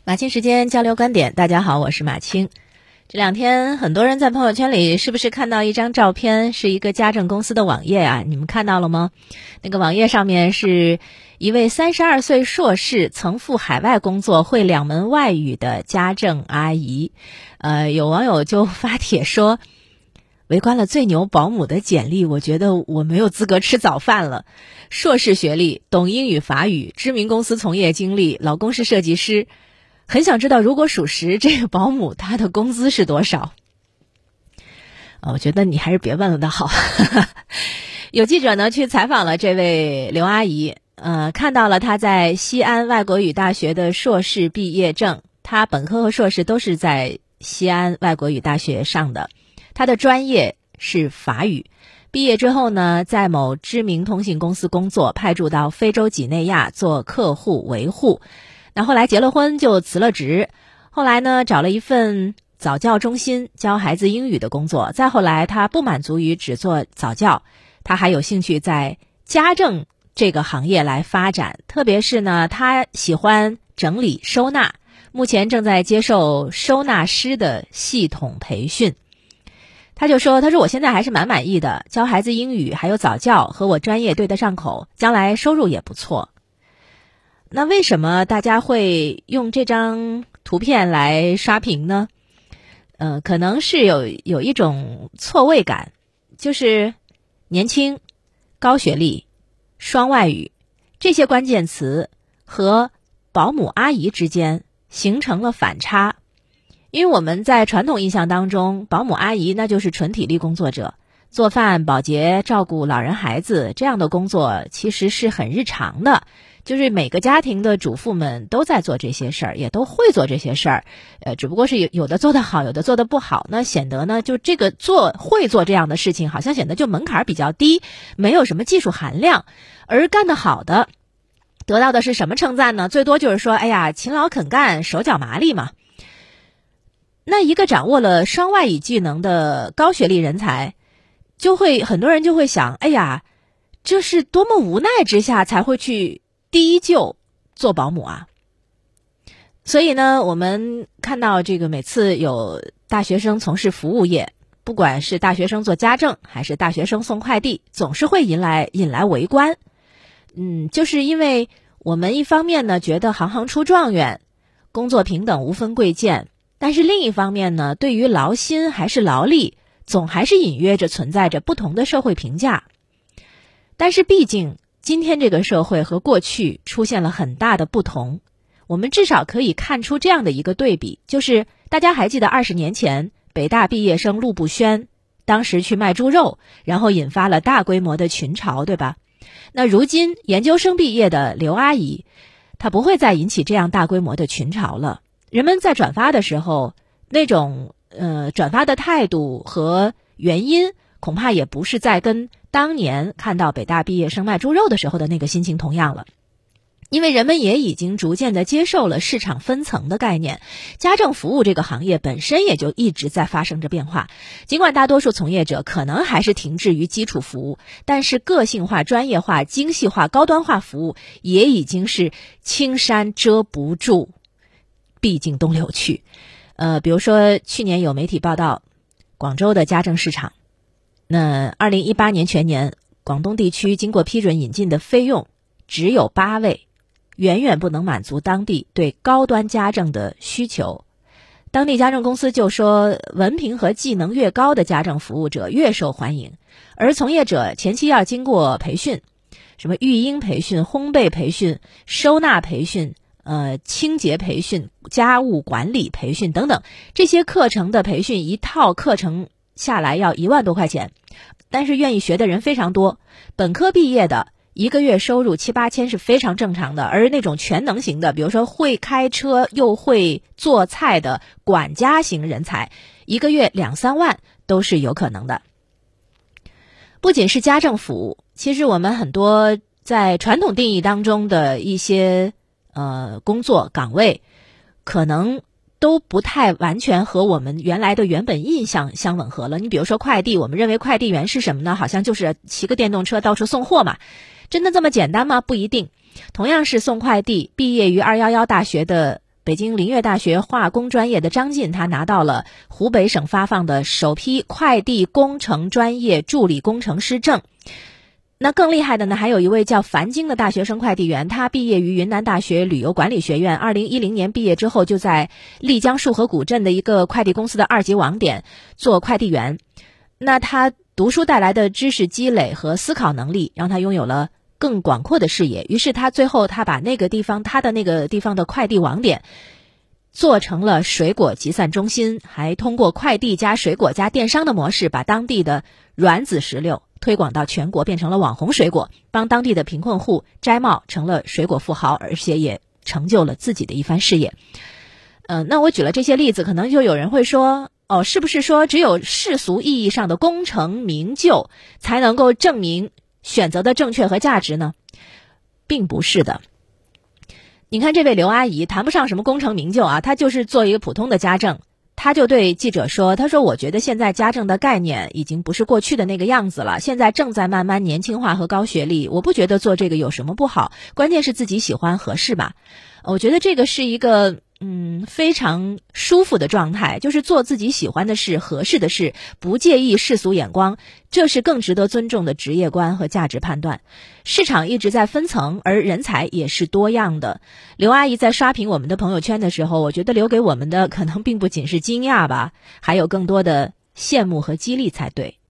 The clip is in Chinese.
马青时间交流观点，大家好，我是马青。这两天很多人在朋友圈里是不是看到一张照片，是一个家政公司的网页啊？你们看到了吗？那个网页上面是一位32岁硕士，曾赴海外工作，会2门外语的家政阿姨。有网友就发帖说，围观了最牛保姆的简历，我觉得我没有资格吃早饭了。硕士学历，懂英语法语，知名公司从业经历，老公是设计师。很想知道，如果属实，这个保姆她的工资是多少？我觉得你还是别问了的好。有记者呢去采访了这位刘阿姨，看到了她在西安外国语大学的硕士毕业证，她本科和硕士都是在西安外国语大学上的，她的专业是法语。毕业之后呢，在某知名通信公司工作，派驻到非洲几内亚做客户维护。那后来结了婚就辞了职，后来呢找了一份早教中心教孩子英语的工作，再后来他不满足于只做早教，他还有兴趣在家政这个行业来发展，特别是呢他喜欢整理收纳，目前正在接受收纳师的系统培训。他说我现在还是蛮满意的，教孩子英语还有早教和我专业对得上口，将来收入也不错。那为什么大家会用这张图片来刷屏呢？可能是有一种错位感，就是年轻、高学历、双外语这些关键词和保姆阿姨之间形成了反差。因为我们在传统印象当中，保姆阿姨那就是纯体力工作者，做饭、保洁、照顾老人孩子这样的工作其实是很日常的，就是每个家庭的主妇们都在做这些事儿，也都会做这些事儿，只不过是有的做得好，有的做得不好，那显得呢就这个会做这样的事情，好像显得就门槛比较低，没有什么技术含量。而干得好的得到的是什么称赞呢？最多就是说，哎呀，勤劳肯干，手脚麻利嘛。那一个掌握了双外语技能的高学历人才，很多人就会想，哎呀，这是多么无奈之下才会去第一就做保姆啊。所以呢，我们看到这个每次有大学生从事服务业，不管是大学生做家政还是大学生送快递，总是会引来围观。就是因为我们一方面呢觉得行行出状元，工作平等无分贵贱，但是另一方面呢，对于劳心还是劳力，总还是隐约着存在着不同的社会评价。但是毕竟今天这个社会和过去出现了很大的不同，我们至少可以看出这样的一个对比，就是大家还记得20年前北大毕业生陆步轩当时去卖猪肉，然后引发了大规模的群嘲，对吧？那如今研究生毕业的刘阿姨，她不会再引起这样大规模的群嘲了。人们在转发的时候，那种转发的态度和原因，恐怕也不是在跟当年看到北大毕业生卖猪肉的时候的那个心情同样了。因为人们也已经逐渐的接受了市场分层的概念，家政服务这个行业本身也就一直在发生着变化。尽管大多数从业者可能还是停滞于基础服务，但是个性化、专业化、精细化、高端化服务也已经是青山遮不住，毕竟东流去。比如说去年有媒体报道广州的家政市场，那2018年全年广东地区经过批准引进的菲佣只有8位，远远不能满足当地对高端家政的需求。当地家政公司就说，文凭和技能越高的家政服务者越受欢迎，而从业者前期要经过培训，什么育婴培训、烘焙培训、收纳培训、清洁培训、家务管理培训等等，这些课程的培训一套课程下来要1万多块钱，但是愿意学的人非常多。本科毕业的1个月收入7、8千是非常正常的，而那种全能型的，比如说会开车又会做菜的管家型人才，1个月2、3万都是有可能的。不仅是家政服务，其实我们很多在传统定义当中的一些工作岗位，可能都不太完全和我们原本印象相吻合了。你比如说快递，我们认为快递员是什么呢？好像就是骑个电动车到处送货嘛。真的这么简单吗？不一定。同样是送快递，毕业于211大学的北京林业大学化工专业的张晋，他拿到了湖北省发放的首批快递工程专业助理工程师证。那更厉害的呢，还有一位叫樊晶的大学生快递员，他毕业于云南大学旅游管理学院，2010年毕业之后就在丽江束河古镇的一个快递公司的2级网点做快递员。那他读书带来的知识积累和思考能力，让他拥有了更广阔的视野。于是他最后把他的那个地方的快递网点做成了水果集散中心，还通过快递加水果加电商的模式，把当地的软籽石榴推广到全国，变成了网红水果，帮当地的贫困户摘帽，成了水果富豪，而且也成就了自己的一番事业。那我举了这些例子，可能就有人会说，是不是说只有世俗意义上的功成名就才能够证明选择的正确和价值呢？并不是的。你看这位刘阿姨谈不上什么功成名就啊，她就是做一个普通的家政。她就对记者说，她说我觉得现在家政的概念已经不是过去的那个样子了，现在正在慢慢年轻化和高学历，我不觉得做这个有什么不好，关键是自己喜欢合适吧。我觉得这个是一个非常舒服的状态，就是做自己喜欢的事，合适的事，不介意世俗眼光，这是更值得尊重的职业观和价值判断。市场一直在分层，而人才也是多样的。刘阿姨在刷屏我们的朋友圈的时候，我觉得留给我们的可能并不仅是惊讶吧，还有更多的羡慕和激励才对。